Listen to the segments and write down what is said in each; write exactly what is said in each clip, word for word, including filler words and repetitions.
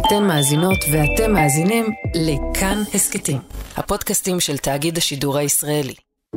אתן מאזינות ואתם מאזינים לכאן הסקטים, הפודקאסטים של תאגיד השידור הישראלי.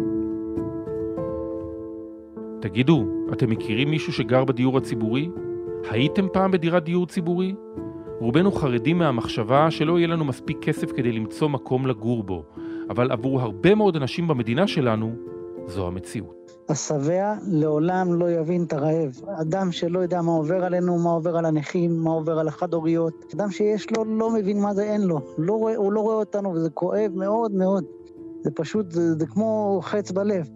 תגידו, אתם מכירים מישהו שגר בדיור הציבורי? הייתם פעם בדירת דיור ציבורי? רובנו חרדים מהמחשבה שלא יהיה לנו מספיק כסף כדי למצוא מקום לגור בו, אבל עבור הרבה מאוד אנשים במדינה שלנו, זו המציאות. השבע לעולם לא יבין את הרעב. אדם שלא יודע מה עובר עלינו, מה עובר על הנכים, מה עובר על החד-הוריות. אדם שיש לו לא מבין מה זה אין לו. לא רואה, הוא לא רואה אותנו וזה כואב מאוד מאוד. זה פשוט, זה, זה כמו חץ בלב.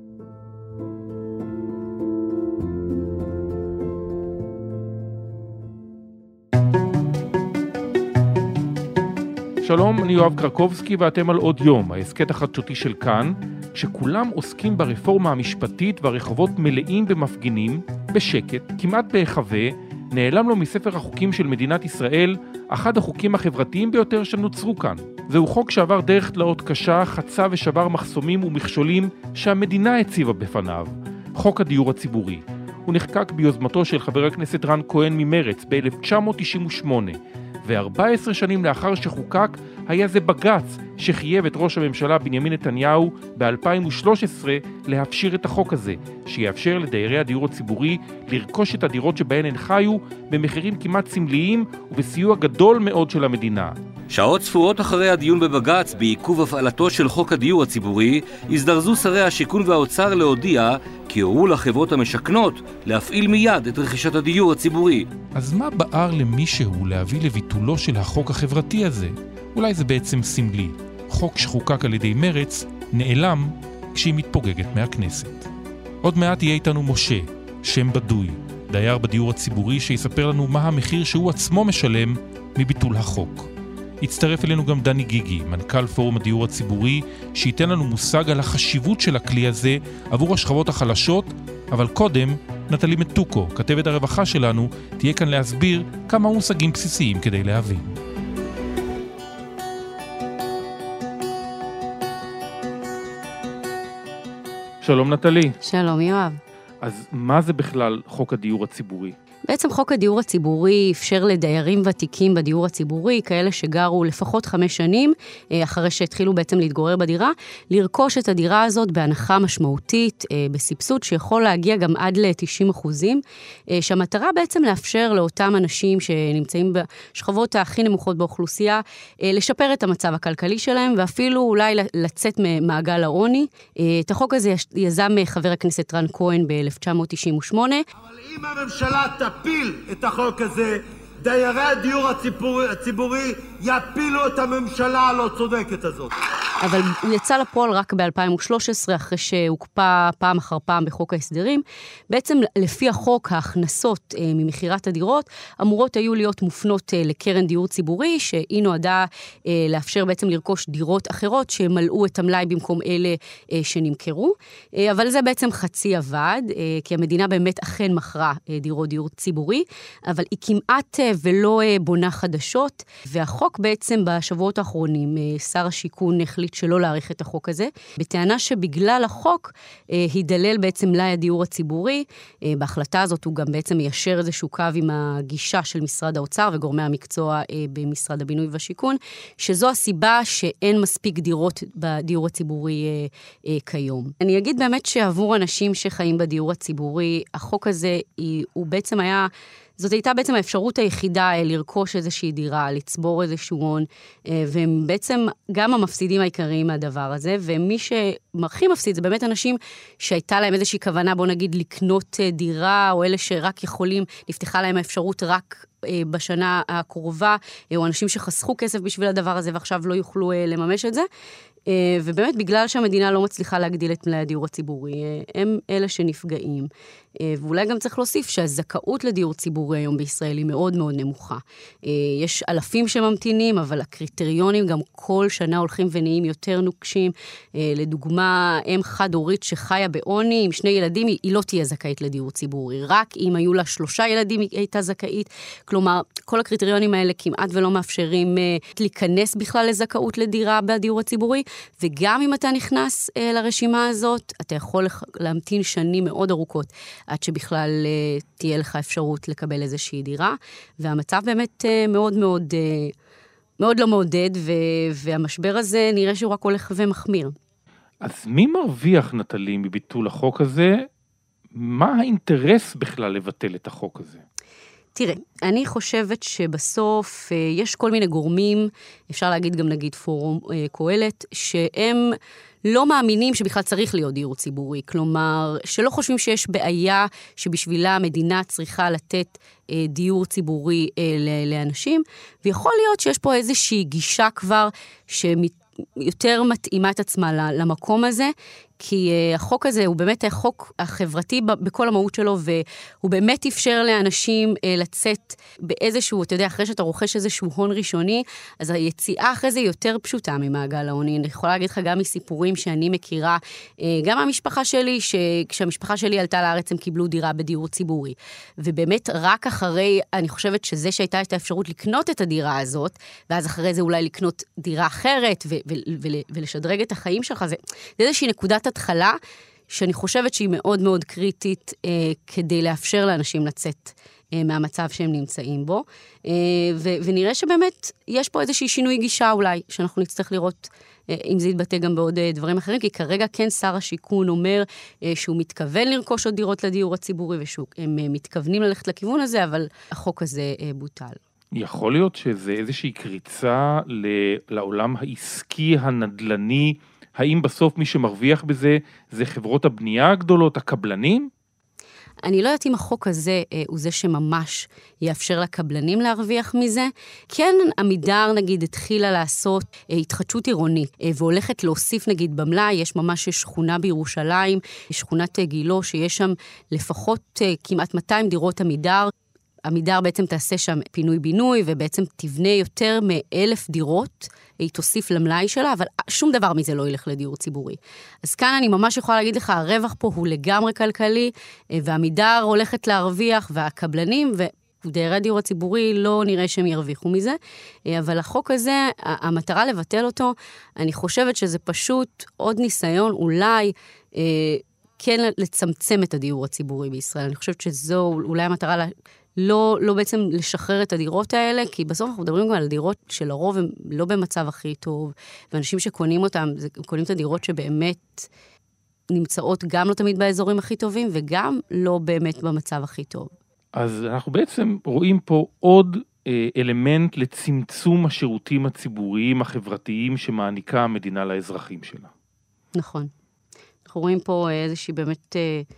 שלום, אני יואב קרקובסקי ואתם על עוד יום, ההסקט החדשותי של כאן, כשכולם עוסקים ברפורמה המשפטית והרחובות מלאים במפגינים, בשקט, כמעט בהיחווה, נעלם לו מספר החוקים של מדינת ישראל, אחד החוקים החברתיים ביותר שנוצרו כאן. זהו חוק שעבר דרך תלאות קשה, חצה ושבר מחסומים ומכשולים שהמדינה הציבה בפניו, חוק הדיור הציבורי. הוא נחקק ביוזמתו של חבר הכנסת רן כהן ממרץ ב-אלף תשע מאות תשעים ושמונה, ו-ארבע עשרה שנים לאחר שחוקק היה זה בג"ץ שחייב את ראש הממשלה בנימין נתניהו ב-אלפיים ושלוש עשרה להפשיר את החוק הזה, שיאפשר לדיירי הדיור הציבורי לרכוש את הדירות שבהן הן חיו במחירים כמעט סמליים ובסיוע גדול מאוד של המדינה. שעות ספורות אחרי הדיון בבג"ץ בעיכוב הפעלתו של חוק הדיור הציבורי, הזדרזו שרי השיכון והאוצר להודיע כי הורו לחברות המשכנות להפעיל מיד את רכישת הדיור הציבורי. אז מה בער למישהו להביא לביטולו של החוק החברתי הזה? אולי זה בעצם סמלי. חוק שחוקק על ידי מרץ נעלם כשהיא מתפוגגת מהכנסת. עוד מעט יהיה איתנו משה, שם בדוי, דייר בדיור הציבורי שיספר לנו מה המחיר שהוא עצמו משלם מביטול החוק. יצטרף אלינו גם דני גיגי, מנכ"ל פורום הדיור הציבורי, שייתן לנו מושג על החשיבות של הכלי הזה עבור השכבות החלשות, אבל קודם נטלי מתוקו, כתבת הרווחה שלנו, תהיה כאן להסביר כמה מושגים בסיסיים כדי להבין. שלום נטלי. שלום יואב. אז מה זה בכלל חוק הדיור הציבורי? בעצם חוק הדיור הציבורי אפשר לדיירים ותיקים בדיור הציבורי, כאלה שגרו לפחות חמש שנים, אחרי שהתחילו בעצם להתגורר בדירה, לרכוש את הדירה הזאת בהנחה משמעותית, בסבסוד שיכול להגיע גם עד ל-תשעים אחוזים, שהמטרה בעצם לאפשר לאותם אנשים שנמצאים בשכבות הכי נמוכות באוכלוסייה, לשפר את המצב הכלכלי שלהם, ואפילו אולי לצאת ממעגל העוני. את החוק הזה יזם חבר הכנסת רן כהן ב-אלף תשע מאות תשעים ושמונה. אבל אם הממשלה תפיל את החוק הזה, דיירי הדיור הציבורי, הציבורי יפילו את הממשלה הלא צודקת הזאת. אבל הוא יצא לפועל רק ב-אלפיים ושלוש עשרה, אחרי שהוקפא פעם אחר פעם בחוק ההסדרים. בעצם לפי החוק, ההכנסות אה, ממחירת הדירות אמורות היו להיות מופנות אה, לקרן דיור ציבורי, שהיא נועדה אה, לאפשר בעצם לרכוש דירות אחרות שמלאו את המלאי במקום אלה אה, שנמכרו. אה, אבל זה בעצם חצי עבד, אה, כי המדינה באמת אכן מכרה אה, דירות דיור ציבורי, אבל היא כמעט אה, ולא אה, בונה חדשות, והחוק בעצם בשבועות האחרונים, אה, שר השיכון החליט שלא להאריך את החוק הזה, בטענה שבגלל החוק אה, הידלל בעצם מלאי הדיור הציבורי. אה, בהחלטה הזאת הוא גם בעצם מיישר איזשהו קו עם הגישה של משרד האוצר וגורמי המקצוע אה, במשרד הבינוי והשיכון, שזו הסיבה שאין מספיק דירות בדיור הציבורי אה, אה, כיום. אני אגיד באמת שעבור אנשים שחיים בדיור הציבורי, החוק הזה היא, הוא בעצם היה זאת הייתה בעצם האפשרות היחידה לרכוש איזושהי דירה, לצבור איזשהו הון, והם בעצם גם המפסידים העיקריים מהדבר הזה, ומי שהכי מפסיד זה באמת אנשים שהייתה להם איזושהי כוונה, בוא נגיד, לקנות דירה, או אלה שרק יכולים, נפתחה להם האפשרות רק בשנה הקרובה, או אנשים שחסכו כסף בשביל הדבר הזה, ועכשיו לא יוכלו לממש את זה. ובאמת בגלל שהמדינה לא מצליחה להגדיל את מלאי הדיור הציבורי, הם אלה שנפגעים. ואולי גם צריך להוסיף שהזכאות לדיור ציבורי היום בישראל היא מאוד מאוד נמוכה. יש אלפים שממתינים, אבל הקריטריונים גם כל שנה הולכים ונהיים יותר נוקשים. לדוגמה, אם חד-הורית שחיה בעוני עם שני ילדים, היא לא תהיה זכאית לדיור ציבורי. רק אם היו לה שלושה ילדים היא הייתה זכאית. כלומר, כל הקריטריונים האלה כמעט ולא מאפשרים להיכנס בכלל לזכאות לדירה בדיור הציבורי, וגם אם אתה נכנס לרשימה הזאת, אתה יכול להמתין שנים מאוד ארוכות, עד שבכלל תהיה לך אפשרות לקבל איזושהי דירה, והמצב באמת מאוד מאוד, מאוד לא מעודד, והמשבר הזה נראה שהוא רק הולך ומחמיר. אז מי מרוויח, נטלי, מביטול החוק הזה? מה האינטרס בכלל לבטל את החוק הזה? תראה, אני חושבת שבסוף יש כל מיני גורמים, אפשר להגיד גם נגיד פורום קהלת, שהם לא מאמינים שבכלל צריך להיות דיור ציבורי, כלומר, שלא חושבים שיש בעיה שבשבילה המדינה צריכה לתת דיור ציבורי לאנשים, ויכול להיות שיש פה איזושהי גישה כבר שיותר מתאימה את עצמה למקום הזה, כי החוק הזה הוא באמת החוק החברתי בכל המהות שלו, והוא באמת אפשר לאנשים לצאת באיזשהו, אתה יודע, אחרי שאתה רוכש איזשהו הון ראשוני, אז היציאה אחרי זה יותר פשוטה ממעגל העוני. אני יכולה להגיד לך גם מסיפורים שאני מכירה, גם המשפחה שלי, שכשהמשפחה שלי עלתה לארץ הם קיבלו דירה בדיור ציבורי. ובאמת רק אחרי, אני חושבת שזה שהייתה את האפשרות לקנות את הדירה הזאת, ואז אחרי זה אולי לקנות דירה אחרת, ו- ו- ו- ולשדרג את החיים שלך, זה, זה איזושהי נקודת התחלה, שאני חושבת שהיא מאוד מאוד קריטית, אה, כדי לאפשר לאנשים לצאת אה, מהמצב שהם נמצאים בו, אה, ו- ונראה שבאמת יש פה איזושהי שינוי גישה אולי, שאנחנו נצטרך לראות אה, אם זה יתבטא גם בעוד אה, דברים אחרים, כי כרגע כן שר השיכון אומר אה, שהוא מתכוון לרכוש עוד דירות לדיור הציבורי, ושהם אה, מתכוונים ללכת לכיוון הזה, אבל החוק הזה אה, בוטל. יכול להיות שזה איזושהי קריצה לעולם העסקי הנדלני, האם בסוף מי שמרוויח בזה זה חברות הבנייה הגדולות, הקבלנים? אני לא יודעת אם החוק הזה אה, הוא זה שממש יאפשר לקבלנים להרוויח מזה. כן, עמידר נגיד התחילה לעשות אה, התחדשות עירונית, אה, והולכת להוסיף נגיד במלאי, יש ממש שכונה בירושלים, שכונת גילו, שיש שם לפחות אה, כמעט מאתיים דירות עמידר, עמידר בעצם תעשה שם פינוי-בינוי, ובעצם תבנה יותר מאלף דירות, היא תוסיף למלאי שלה, אבל שום דבר מזה לא ילך לדיור ציבורי. אז כאן אני ממש יכולה להגיד לך, הרווח פה הוא לגמרי כלכלי, ועמידר הולכת להרוויח, והקבלנים ודיירי הדיור הציבורי לא נראה שהם ירוויחו מזה, אבל החוק הזה, המטרה לבטל אותו, אני חושבת שזה פשוט עוד ניסיון, אולי כן לצמצם את הדיור הציבורי בישראל. אני חושבת שזו אולי המטרה לה... לא, לא בעצם לשחרר את הדירות האלה, כי בסוף אנחנו מדברים גם על דירות שלרוב הם לא במצב הכי טוב, ואנשים שקונים אותם, קונים את הדירות שבאמת נמצאות גם לא תמיד באזורים הכי טובים, וגם לא באמת במצב הכי טוב. אז אנחנו בעצם רואים פה עוד אלמנט לצמצום השירותים הציבוריים החברתיים שמעניקה המדינה לאזרחים שלה. נכון. אנחנו רואים פה איזושהי באמת...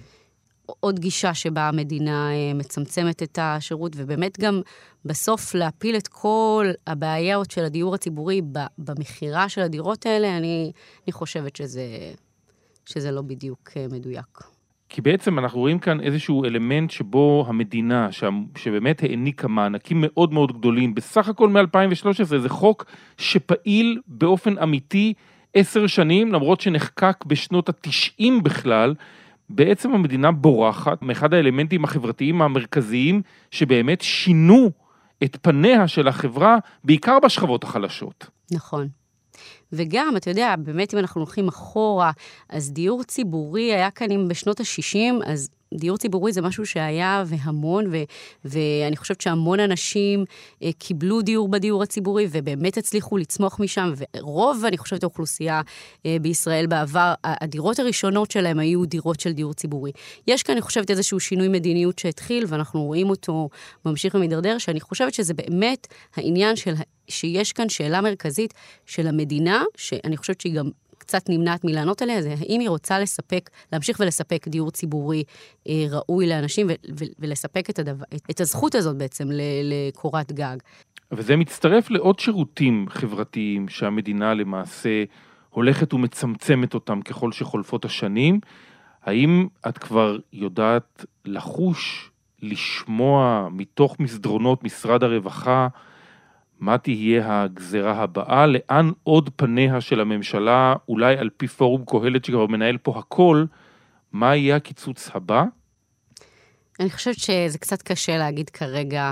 עוד גישה שבה המדינה מצמצמת את השירות, ובאמת גם בסוף להפיל את כל הבעיות של הדיור הציבורי במחירה של הדירות האלה, אני, אני חושבת שזה, שזה לא בדיוק מדויק. כי בעצם אנחנו רואים כאן איזשהו אלמנט שבו המדינה, שבאמת העניקה מענקים מאוד מאוד גדולים, בסך הכל מ-אלפיים ושלוש עשרה, זה חוק שפעיל באופן אמיתי עשר שנים, למרות שנחקק בשנות ה-תשעים בכלל, בעצם המדינה בורחת מאחד האלמנטים החברתיים המרכזיים שבאמת שינו את פניה של החברה, בעיקר בשכבות החלשות. נכון. וגם, אתה יודע, באמת אם אנחנו הולכים אחורה, אז דיור ציבורי היה כאן אם בשנות ה-שישים, אז דיור ציבורי זה משהו שהיה והמון, ו- ואני חושבת שהמון אנשים אה, קיבלו דיור בדיור הציבורי, ובאמת הצליחו לצמוח משם, ורוב, אני חושבת, האוכלוסייה אה, בישראל בעבר, הדירות הראשונות שלהם היו דירות של דיור ציבורי. יש כאן, אני חושבת, איזשהו שינוי מדיניות שהתחיל, ואנחנו רואים אותו ממשיך ומדרדר, שאני חושבת שזה באמת העניין של, שיש כאן שאלה מרכזית של המדינה, שאני חושבת שהיא גם קצת נמנעת מלענות עליה, זה האם היא רוצה לספק, להמשיך ולספק דיור ציבורי אה, ראוי לאנשים, ו- ו- ולספק את, הדבר, את, את הזכות הזאת בעצם לקורת גג. וזה מצטרף לעוד שירותים חברתיים שהמדינה למעשה הולכת ומצמצמת אותם ככל שחולפות השנים. האם את כבר יודעת לחוש, לשמוע מתוך מסדרונות משרד הרווחה, מה תהיה הגזרה הבאה, לאן עוד פניה של הממשלה, אולי על פי פורום קהלת שכבר מנהל פה הכל, מה יהיה הקיצוץ הבא? אני חושבת שזה קצת קשה להגיד כרגע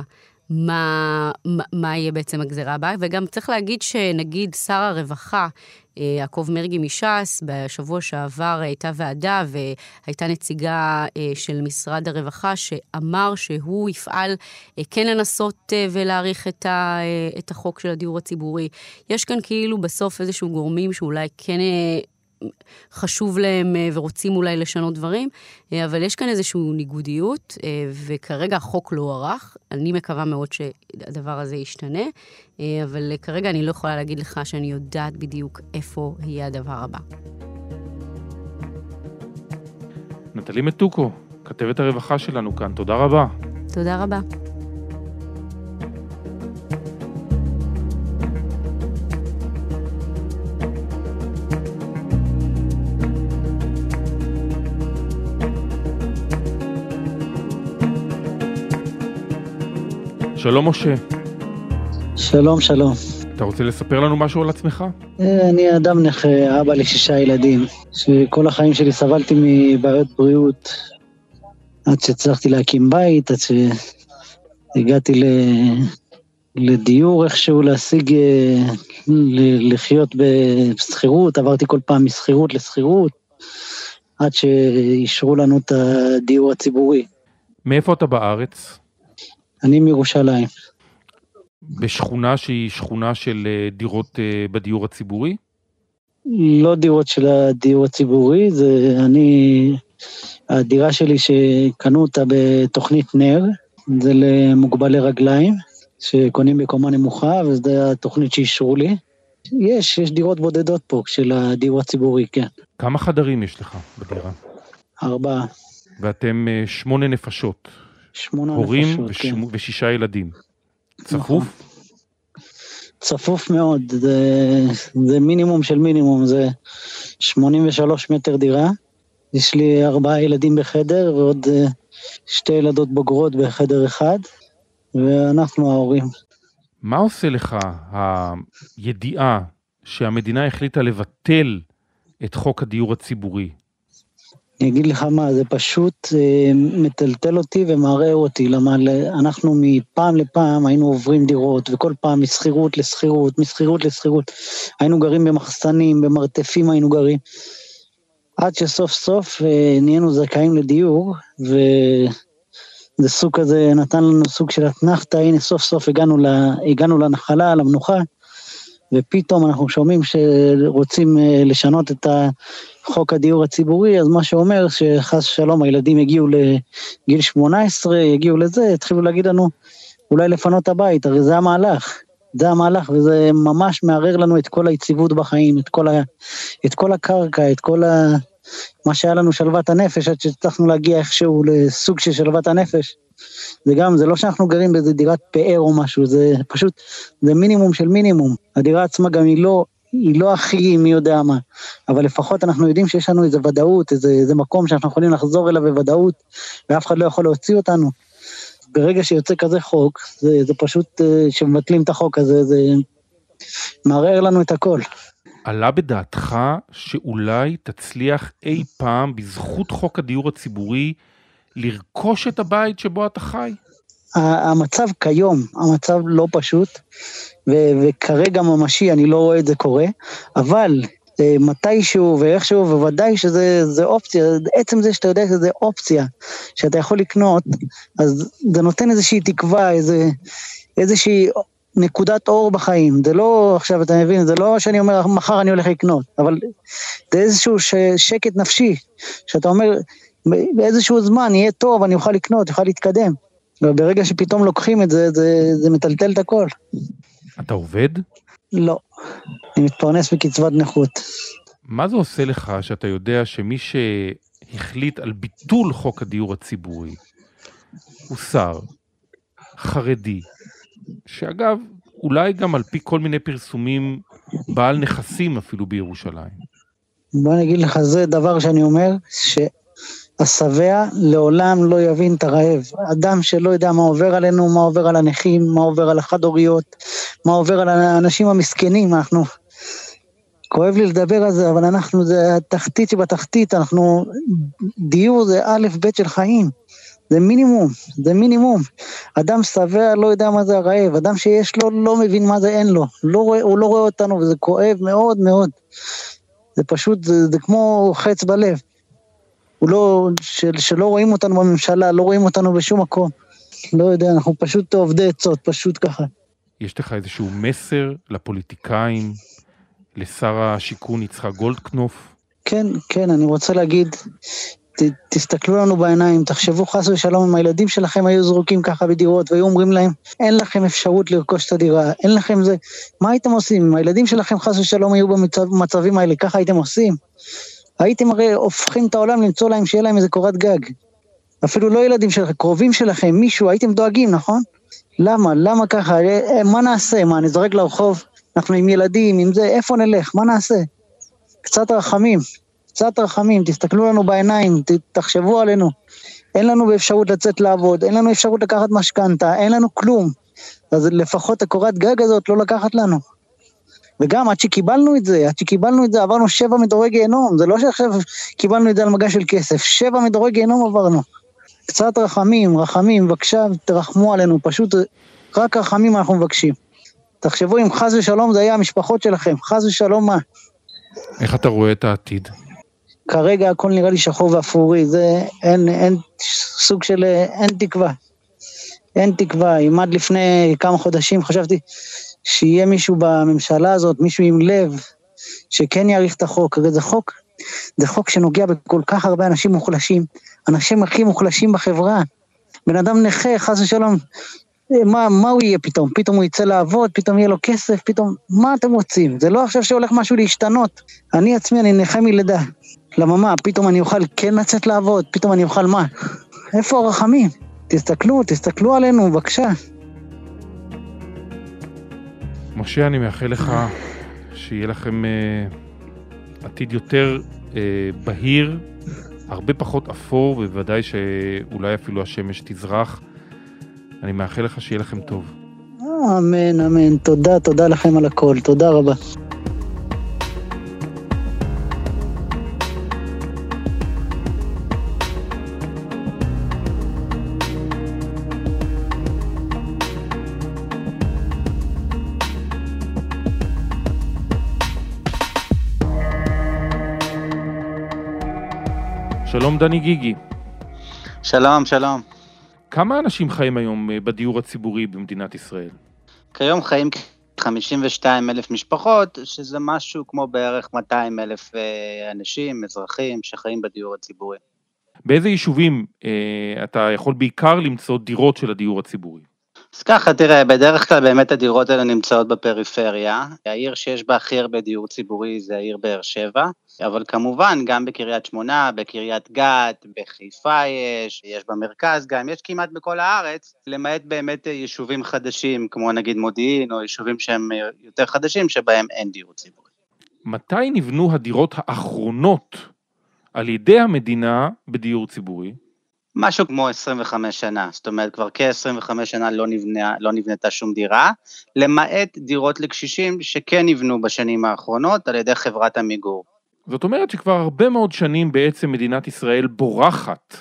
מה, מה, מה יהיה בעצם הגזרה הבאה, וגם צריך להגיד שנגיד שר הרווחה, יעקב מרגי מש"ס, בשבוע שעבר הייתה ועדה והייתה נציגה של משרד הרווחה שאמר שהוא יפעל כן לנסות ולהאריך את, ה, את החוק של הדיור הציבורי. יש כאן כאילו בסוף איזשהו גורמים שאולי כן חשוב להם ורוצים אולי לשנות דברים, אבל יש כאן איזשהו ניגודיות, וכרגע החוק לא ערך. אני מקווה מאוד שהדבר הזה ישתנה, אבל כרגע אני לא יכולה להגיד לך שאני יודעת בדיוק איפה יהיה הדבר הבא. נטלי מתוקו, כתבת הרווחה שלנו כאן, תודה רבה. תודה רבה. שלום משה. שלום, שלום. אתה רוצה לספר לנו משהו על עצמך? אני אדם נכה, אבא לשישה ילדים, שכל החיים שלי סבלתי מבעיות בריאות, עד שהצלחתי להקים בית, עד שהגעתי ל... לדיור איכשהו, להשיג, לחיות בסחירות, עברתי כל פעם מסחירות לסחירות, עד שישרו לנו את הדיור הציבורי. מאיפה אתה בארץ? אני מירושלים. בשכונה שהיא שכונה של דירות בדיור הציבורי? לא דירות של הדיור הציבורי, זה אני, הדירה שלי שקנו אותה בתוכנית נר, זה למוגבלי רגליים, שקונים בקומה נמוכה, וזו התוכנית שאישרו לי. יש, יש דירות בודדות פה של הדיור הציבורי, כן. כמה חדרים יש לך בדירה? ארבעה. ואתם שמונה נפשות. שמונה הורים נפשות, וש... כן. ושישה ילדים. צפוף? צפוף מאוד, זה, זה מינימום של מינימום, זה שמונים ושלוש מטר דירה, יש לי ארבעה ילדים בחדר, ועוד שתי ילדות בוגרות בחדר אחד, ואנחנו ההורים. מה עושה לך הידיעה שהמדינה החליטה לבטל את חוק הדיור הציבורי? אני אגיד לך מה, זה פשוט אה, מטלטל אותי ומערער אותי, למה אנחנו מפעם לפעם היינו עוברים דירות, וכל פעם מסחירות לסחירות, מסחירות לסחירות, היינו גרים במחסנים, במרתפים היינו גרים, עד שסוף סוף אה, נהיינו זכאים לדיור, וזה סוג כזה, נתן לנו סוג של התנחתה, הנה סוף סוף הגענו, לה, הגענו לנחלה, למנוחה, ופתאום אנחנו שומעים שרוצים לשנות את חוק הדיור הציבורי, אז מה שאומר שחס שלום הילדים יגיעו לגיל שמונה עשרה, יגיעו לזה, התחילו להגיד לנו אולי לפנות הבית, הרי זה המהלך, זה המהלך, וזה ממש מערער לנו את כל היציבות בחיים, את כל, ה, את כל הקרקע, את כל ה, מה שהיה לנו שלוות הנפש, עד שצריכנו להגיע איכשהו לסוג של שלוות הנפש. זה גם, זה לא שאנחנו גרים באיזה דירת פאר או משהו, זה פשוט, זה מינימום של מינימום. הדירה עצמה גם היא לא, היא לא הכי מי יודע מה, אבל לפחות אנחנו יודעים שיש לנו איזה ודאות, איזה, איזה מקום שאנחנו יכולים לחזור אליו בוודאות, ואף אחד לא יכול להוציא אותנו. ברגע שיוצא כזה חוק, זה, זה פשוט, שמבטלים את החוק הזה, זה מערער לנו את הכל. עלה בדעתך שאולי תצליח אי פעם בזכות חוק הדיור הציבורי לרכוש את הבית שבו אתה חי? המצב כיום, המצב לא פשוט, ו- וכרגע ממשי אני לא רואה את זה קורה, אבל מתישהו ואיכשהו, וודאי שזה זה אופציה, עצם זה שאתה יודע שזה אופציה, שאתה יכול לקנות, אז זה נותן איזושהי תקווה, איזה, איזושהי נקודת אור בחיים, זה לא, עכשיו אתה מבין, זה לא שאני אומר, מחר אני הולך לקנות, אבל זה איזשהו ש- שקט נפשי, שאתה אומר, באיזשהו זמן יהיה טוב, אני אוכל לקנות, אוכל להתקדם. וברגע שפתאום לוקחים את זה, זה, זה מטלטל את הכל. אתה עובד? לא. אני מתפרנס מקצבת נכות. מה זה עושה לך שאתה יודע שמי שהחליט על ביטול חוק הדיור הציבורי, הוא שר, חרדי, שאגב, אולי גם על פי כל מיני פרסומים, בעל נכסים אפילו בירושלים. בוא נגיד לך, זה דבר שאני אומר, ש... השבע לעולם לא יבין את הרעב. אדם שלא יודע מה עובר עלינו, מה עובר על הנכים, מה עובר על החד-הוריות, מה עובר על האנשים המסכנים, אנחנו, כואב לי לדבר על זה, אבל אנחנו, זה התחתית שבתחתית, אנחנו, דיור זה א' ב' של חיים. זה מינימום, זה מינימום. אדם שבע לא יודע מה זה הרעב, אדם שיש לו לא מבין מה זה אין לו, לא רואה, הוא לא רואה אותנו, וזה כואב מאוד מאוד. זה פשוט, זה, זה כמו חץ בלב. הוא לא, של, שלא רואים אותנו בממשלה, לא רואים אותנו בשום מקום. לא יודע, אנחנו פשוט עובדי עצות, פשוט ככה. יש לך איזשהו מסר לפוליטיקאים, לשר השיכון יצחק גולדקנופ? כן, כן, אני רוצה להגיד, ת, תסתכלו לנו בעיניים, תחשבו חס ושלום אם הילדים שלכם היו זרוקים ככה בדירות, והיו אומרים להם, אין לכם אפשרות לרכוש את הדירה, אין לכם זה, מה הייתם עושים? אם הילדים שלכם חס ושלום היו במצבים האלה, ככה הייתם עושים? הייתם הרי הופכים את העולם למצוא להם שיהיה להם איזה קורת גג. אפילו לא ילדים שלכם, קרובים שלכם, מישהו, הייתם דואגים, נכון? למה? למה ככה? מה נעשה? מה, נזרק לרחוב? אנחנו עם ילדים, עם זה, איפה נלך? מה נעשה? קצת רחמים, קצת רחמים, תסתכלו לנו בעיניים, תחשבו עלינו. אין לנו באפשרות לצאת לעבוד, אין לנו אפשרות לקחת משכנתה, אין לנו כלום. אז לפחות הקורת גג הזאת לא לקחת לנו. וגם עד שקיבלנו את זה, עד שקיבלנו את זה, עברנו שבע מדורי גיהנום, זה לא שעכשיו קיבלנו את זה על מגע של כסף, שבע מדורי גיהנום עברנו. קצת רחמים, רחמים, בבקשה, תרחמו עלינו, פשוט רק רחמים אנחנו מבקשים. תחשבו אם חס ושלום זה היה המשפחות שלכם, חס ושלום מה? איך אתה רואה את העתיד? כרגע הכל נראה לי שחור ואפורי, זה אין, אין סוג של, אין תקווה. אין תקווה, אם עד לפני כמה חודשים חשבתי שיהיה מישהו בממשלה הזאת, מישהו עם לב, שכן יעריך את החוק, זה חוק, זה חוק שנוגע בכל כך הרבה אנשים מוחלשים, אנשים הכי מוחלשים בחברה, בן אדם נכה, חס ושלום, מה, מה הוא יהיה פתאום? פתאום הוא יצא לעבוד, פתאום יהיה לו כסף, פתאום, מה אתם רוצים? זה לא עכשיו שהולך משהו להשתנות, אני עצמי, אני נכה מלידה, למה מה? פתאום אני אוכל כן לצאת לעבוד, פתאום אני אוכל מה? איפה הרחמים? תסתכלו, תסתכלו עלינו, בבקשה. משה, אני מאחל לך שיהיה לכם אה, עתיד יותר אה, בהיר, הרבה פחות אפור, ובוודאי שאולי אפילו השמש תזרח. אני מאחל לך שיהיה לכם טוב. אמן, אמן. תודה, תודה לכם על הכל. תודה רבה. שלום דני גיגי. שלום, שלום. כמה אנשים חיים היום בדיור הציבורי במדינת ישראל? כיום חיים חמישים ושתיים אלף משפחות, שזה משהו כמו בערך מאתיים אלף אנשים, אזרחים, שחיים בדיור הציבורי. באיזה יישובים אה, אתה יכול בעיקר למצוא דירות של הדיור הציבורי? אז ככה, תראה, בדרך כלל באמת הדירות האלה נמצאות בפריפריה. העיר שיש בה הכי הרבה דיור ציבורי זה העיר באר שבע, אבל כמובן גם בקריית שמונה, בקריית גת, בחיפה יש, יש במרכז גם, יש כמעט בכל הארץ, למעט באמת יישובים חדשים, כמו נגיד מודיעין, או יישובים שהם יותר חדשים, שבהם אין דיור ציבורי. מתי נבנו הדירות האחרונות על ידי המדינה בדיור ציבורי? משהו כמו עשרים וחמש שנה, זאת אומרת כבר כ-עשרים וחמש שנה לא נבנה, לא נבנתה שום דירה, למעט דירות לקשישים שכן נבנו בשנים האחרונות על ידי חברת עמיגור. זאת אומרת שכבר הרבה מאוד שנים בעצם מדינת ישראל בורחת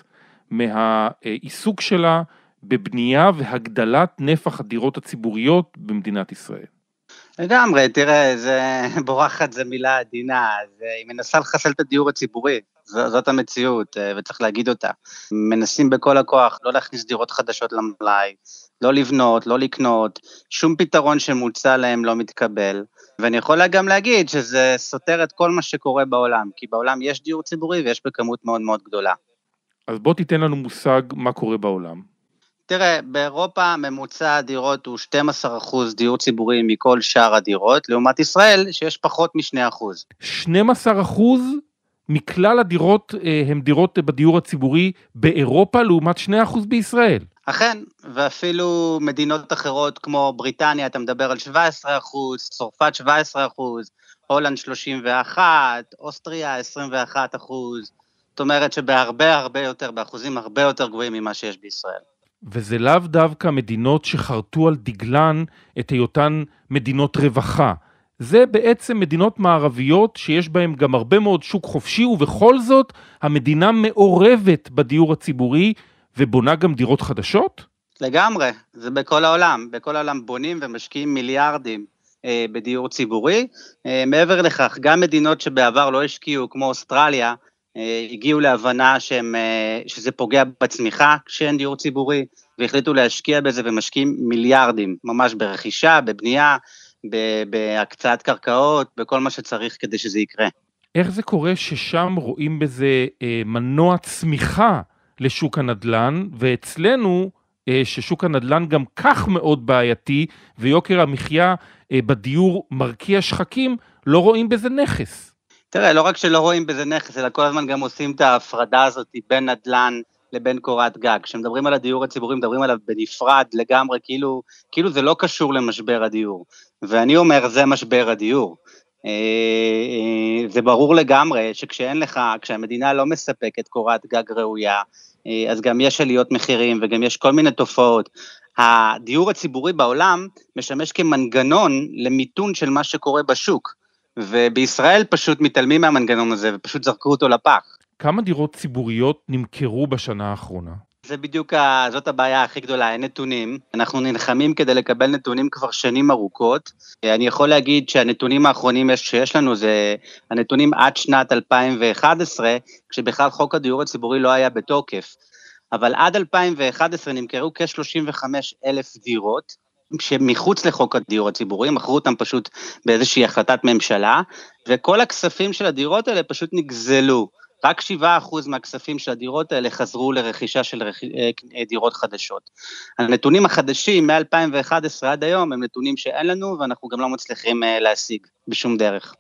מהעיסוק שלה בבנייה והגדלת נפח הדירות הציבוריות במדינת ישראל. לגמרי, תראה, זה, בורחת זה מילה עדינה, זה, היא מנסה לחסל את הדיור הציבורי, ז, זאת המציאות, וצריך להגיד אותה. מנסים בכל הכוח לא להכניס דירות חדשות למלאי, לא לבנות, לא לקנות, שום פתרון שמוצע להם לא מתקבל, ואני יכול גם להגיד שזה סותר את כל מה שקורה בעולם, כי בעולם יש דיור ציבורי ויש בכמות מאוד מאוד גדולה. אז בוא תיתן לנו מושג מה קורה בעולם. תראה, באירופה ממוצע הדירות הוא שנים עשר אחוז דיור ציבורי מכל שאר הדירות, לעומת ישראל שיש פחות מ-שני אחוז. שנים עשר אחוז מכלל הדירות הם דירות בדיור הציבורי באירופה, לעומת שני אחוז בישראל. אכן, ואפילו מדינות אחרות כמו בריטניה, אתה מדבר על שבע עשרה אחוז, צרפת שבע עשרה אחוז, הולנד שלושים ואחת, אוסטריה עשרים ואחד אחוז, זאת אומרת שבהרבה הרבה יותר, באחוזים הרבה יותר גבוהים ממה שיש בישראל. וזה לאו דווקא מדינות שחרטו על דגלן את היותן מדינות רווחה. זה בעצם מדינות מערביות שיש בהן גם הרבה מאוד שוק חופשי, ובכל זאת המדינה מעורבת בדיור הציבורי ובונה גם דירות חדשות? לגמרי, זה בכל העולם, בכל העולם בונים ומשקיעים מיליארדים אה, בדיור ציבורי, אה, מעבר לכך, גם מדינות שבעבר לא השקיעו, כמו אוסטרליה, אה, הגיעו להבנה שהם, אה, שזה פוגע בצמיחה כשאין דיור ציבורי, והחליטו להשקיע בזה ומשקיעים מיליארדים, ממש ברכישה, בבנייה, בהקצאת קרקעות, בכל מה שצריך כדי שזה יקרה. איך זה קורה ששם רואים בזה אה, מנוע צמיחה לשוק הנדל"ן, ואצלנו אה, ששוק הנדל"ן גם כך מאוד בעייתי, ויוקר המחיה אה, בדיור מרקיע שחקים, לא רואים בזה נכס? תראה, לא רק שלא רואים בזה נכס, אלא כל הזמן גם עושים את ההפרדה הזאת בין נדל"ן לבין קורת גג. כשמדברים על הדיור הציבורי, מדברים עליו בנפרד לגמרי, כאילו, כאילו זה לא קשור למשבר הדיור. ואני אומר, זה משבר הדיור. זה ברור לגמרי שכשאין לך, כשהמדינה לא מספקת קורת גג ראויה, אז גם יש עליות מחירים וגם יש כל מיני תופעות. הדיור הציבורי בעולם משמש כמנגנון למיתון של מה שקורה בשוק, ובישראל פשוט מתעלמים מהמנגנון הזה ופשוט זרקו אותו לפח. כמה דירות ציבוריות נמכרו בשנה האחרונה? זה בדיוק, זאת הבעיה הכי גדולה, אין נתונים. אנחנו נלחמים כדי לקבל נתונים כבר שנים ארוכות. אני יכול להגיד שהנתונים האחרונים שיש לנו זה הנתונים עד שנת אלפיים ואחת עשרה, כשבכלל חוק הדיור הציבורי לא היה בתוקף. אבל עד אלפיים ואחת עשרה נמכרו כ-שלושים וחמישה אלף דירות, שמחוץ לחוק הדיור הציבורי, מכרו אותם פשוט באיזושהי החלטת ממשלה, וכל הכספים של הדירות האלה פשוט נגזלו. רק שבעה אחוז מהכספים של הדירות האלה חזרו לרכישה של רכ... דירות חדשות. הנתונים החדשים מ-אלפיים ואחת עשרה עד היום הם נתונים שאין לנו, ואנחנו גם לא מצליחים להשיג בשום דרך.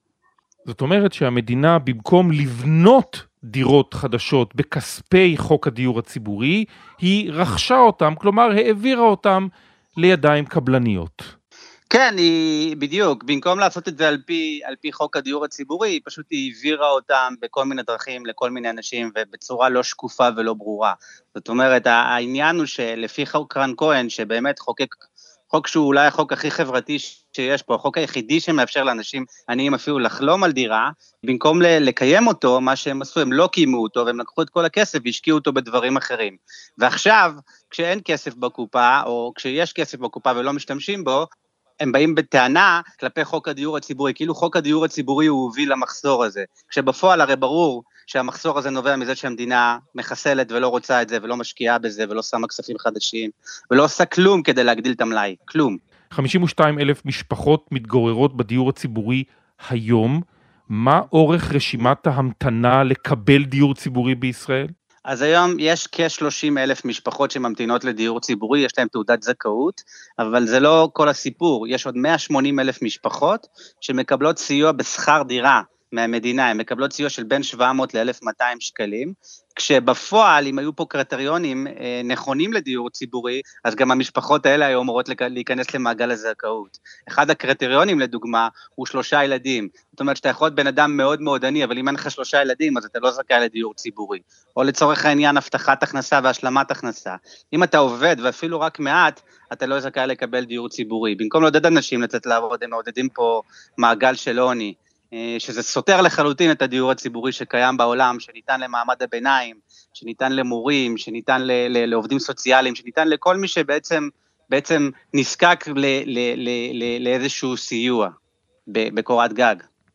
זאת אומרת שהמדינה במקום לבנות דירות חדשות בכספי חוק הדיור הציבורי, היא רכשה אותם, כלומר העבירה אותם לידיים קבלניות. כן, היא בדיוק, במקום לעשות את זה על פי, על פי חוק הדיור הציבורי, היא פשוט העבירה אותם בכל מיני דרכים לכל מיני אנשים, ובצורה לא שקופה ולא ברורה. זאת אומרת, העניין הוא שלפי חוק רן כהן, שבאמת חוקק, חוק שהוא אולי החוק הכי חברתי שיש פה, החוק היחידי שמאפשר לאנשים עניים אפילו לחלום על דירה, במקום לקיים אותו, מה שהם עשו, הם לא קיימו אותו, והם לקחו את כל הכסף והשקיעו אותו בדברים אחרים. ועכשיו, כשאין כסף בקופה, או כשיש כסף בקופה ולא משתמשים בו, הם באים בטענה כלפי חוק הדיור הציבורי, כאילו חוק הדיור הציבורי הוא הוביל למחסור הזה, כשבפועל הרי ברור שהמחסור הזה נובע מזה שהמדינה מחסלת ולא רוצה את זה, ולא משקיעה בזה, ולא שמה כספים חדשים, ולא עושה כלום כדי להגדיל את המלאי, כלום. חמישים ושתיים אלף משפחות מתגוררות בדיור הציבורי היום, מה אורך רשימת ההמתנה לקבל דיור ציבורי בישראל? אז היום יש כ-שלושים אלף משפחות שממתינות לדיור ציבורי, יש להם תעודת זכאות, אבל זה לא כל הסיפור, יש עוד מאה ושמונים אלף משפחות שמקבלות סיוע בשכר דירה מהמדינה, הן מקבלות סיוע של בין שבע מאות ל-אלף ומאתיים שקלים, כשבפועל, אם היו פה קריטריונים אה, נכונים לדיור ציבורי, אז גם המשפחות האלה היו אמורות להיכנס למעגל הזכאות. אחד הקריטריונים, לדוגמה, הוא שלושה ילדים. זאת אומרת שאתה יכול להיות בן אדם מאוד מאוד עני, אבל אם אין לך שלושה ילדים, אז אתה לא זכאי לדיור ציבורי. או לצורך העניין, הבטחת הכנסה והשלמת הכנסה. אם אתה עובד, ואפילו רק מעט, אתה לא זכאי לקבל דיור ציבורי. במקום לעודד אנשים לצאת לעבוד, הם מעודדים פה מעגל של עוני. שזה סותר לחלוטין את הדיור הציבורי שקיים בעולם, שניתן למעמד הביניים, שניתן למורים, שניתן ל- ל- לעובדים סוציאליים, שניתן לכל מי שבעצם בעצם נזקק ל- ל- ל- ל- לאיזשהו סיוע בקורת גג.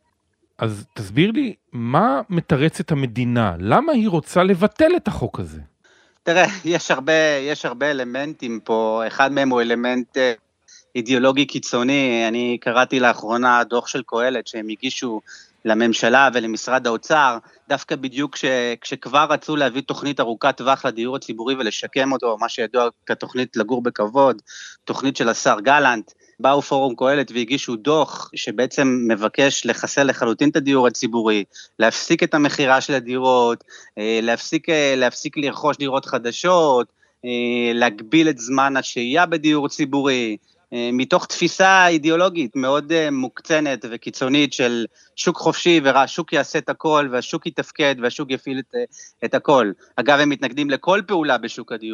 אז תסביר לי, מה מתרץ את המדינה? למה היא רוצה לבטל את החוק הזה? תראה, יש הרבה, יש הרבה אלמנטים פה, אחד מהם הוא אלמנט אידיאולוגי קיצוני. אני קראתי לאחרונה דוח של קהלת שהם הגישו לממשלה ולמשרד האוצר, דווקא בדיוק כש, כשכבר רצו להביא תוכנית ארוכת טווח לדיור הציבורי ולשקם אותו, מה שידוע כתוכנית לגור בכבוד, תוכנית של השר גלנט, באו פורום קהלת והגישו דוח שבעצם מבקש לחסל לחלוטין את הדיור הציבורי, להפסיק את המחירה של הדירות, להפסיק, להפסיק לרכוש דירות חדשות, להגביל את זמן השהייה בדיור ציבורי, מתוך תפיסה אידיאולוגית מאוד מוקצנת וקיצונית של שוק חופשי, והשוק יעשה את הכל, והשוק יתפקד, והשוק יפעיל את, את הכל. אגב, הם מתנגדים לכל פעולה בשוק הדיור,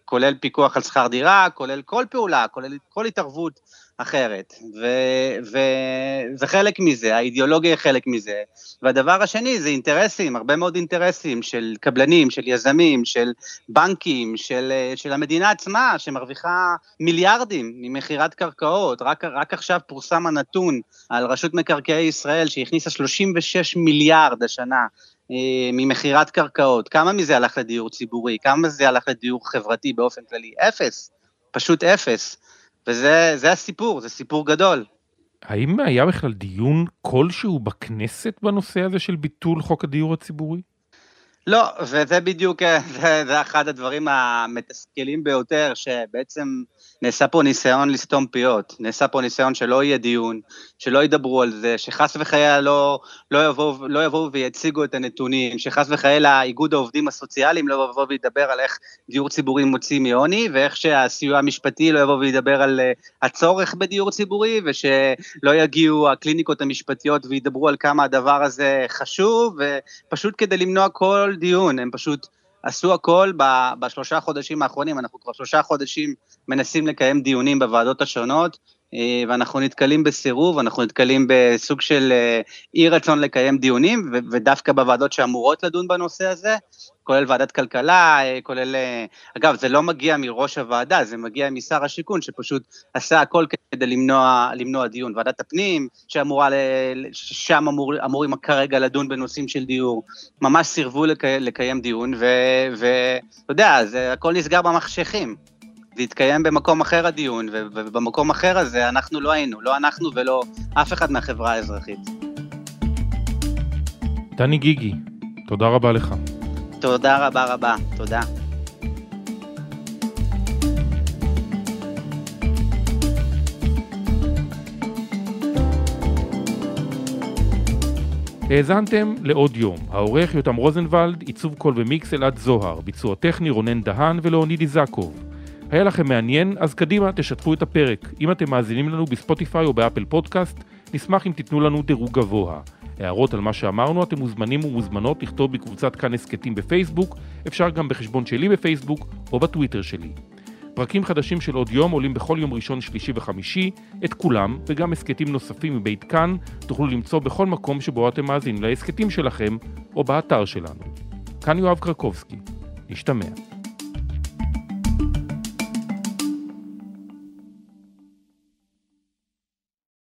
כולל פיקוח על שכר דירה, כולל כל פעולה, כולל כל התערבות אחרת, וזה חלק מזה, האידיאולוגיה היא חלק מזה, והדבר השני זה אינטרסים, הרבה מאוד אינטרסים של קבלנים, של יזמים, של בנקים, של, של המדינה עצמה, שמרוויחה מיליארדים ממחירת קרקעות, רק, רק עכשיו פורסם הנתון על רשות מקרקעי ישראל, שהכניסה שלושים ושש מיליארד השנה, ממחירת קרקעות, כמה מזה הלך לדיור ציבורי, כמה זה הלך לדיור חברתי באופן כללי, אפס, פשוט אפס, וזה זה הסיפור, זה סיפור גדול. האם היה בכלל דיון כלשהו בכנסת בנושא הזה של ביטול חוק הדיור הציבורי? לא, וזה בדיוק, זה, זה אחד הדברים המתסכלים ביותר, שבעצם נעשה פה ניסיון לסתום פיות, נעשה פה ניסיון שלא יהיה דיון, שלא ידברו על זה, שחס וחייה לא, לא, יבואו, לא יבואו ויציגו את הנתונים, שחס וחייה איגוד העובדים הסוציאליים לא יבואו וידבר על איך דיור ציבורי מוציא מעוני, ואיך שהסיוע המשפטי לא יבואו וידבר על הצורך בדיור ציבורי, ושלא יגיעו הקליניקות המשפטיות וידברו על כמה הדבר הזה חשוב, ופשוט כדי למנוע כל דיון, הם פשוט עשו הכל בשלושה חודשים האחרונים, אנחנו כבר שלושה חודשים מנסים לקיים דיונים בוועדות השונות, ואנחנו נתקלים בסירוב, אנחנו נתקלים בסוג של אי רצון לקיים דיונים, ודווקא בוועדות שאמורות לדון בנושא הזה, כולל ועדת כלכלה, כולל, אגב, זה לא מגיע מראש הוועדה, זה מגיע משר השיכון, שפשוט עשה הכל כדי למנוע, למנוע דיון. ועדת הפנים, שאמורה, שם אמור, אמורים כרגע לדון בנושאים של דיור, ממש סירבו לקיים, לקיים דיון, ואתה יודע, זה הכל נסגר במחשכים. זה התקיים במקום אחר הדיון, ובמקום אחר הזה אנחנו לא היינו, לא אנחנו ולא אף אחד מהחברה האזרחית. דני גיגי, תודה רבה לך. תודה רבה רבה, תודה. האזנתם לעוד יום. העורך יותם רוזנבלד, עיצוב קול ומיקס אלעד זוהר, ביצוע טכני רונן דהן ולאוניד איזקוב. היה לכם מעניין? אז קדימה, תשתפו את הפרק. אם אתם מאזינים לנו בספוטיפיי או באפל פודקאסט, נשמח אם תיתנו לנו דירוג גבוה. הערות על מה שאמרנו, אתם מוזמנים ומוזמנות לכתוב בקבוצת כאן הסקטים בפייסבוק, אפשר גם בחשבון שלי בפייסבוק או בטוויטר שלי. פרקים חדשים של עוד יום עולים בכל יום ראשון, שלישי וחמישי, את כולם וגם הסקטים נוספים מבית כאן תוכלו למצוא בכל מקום שבו אתם מאזינים להסקטים שלכם או באתר שלנו. כאן יואב קרקובסקי, נשתמע.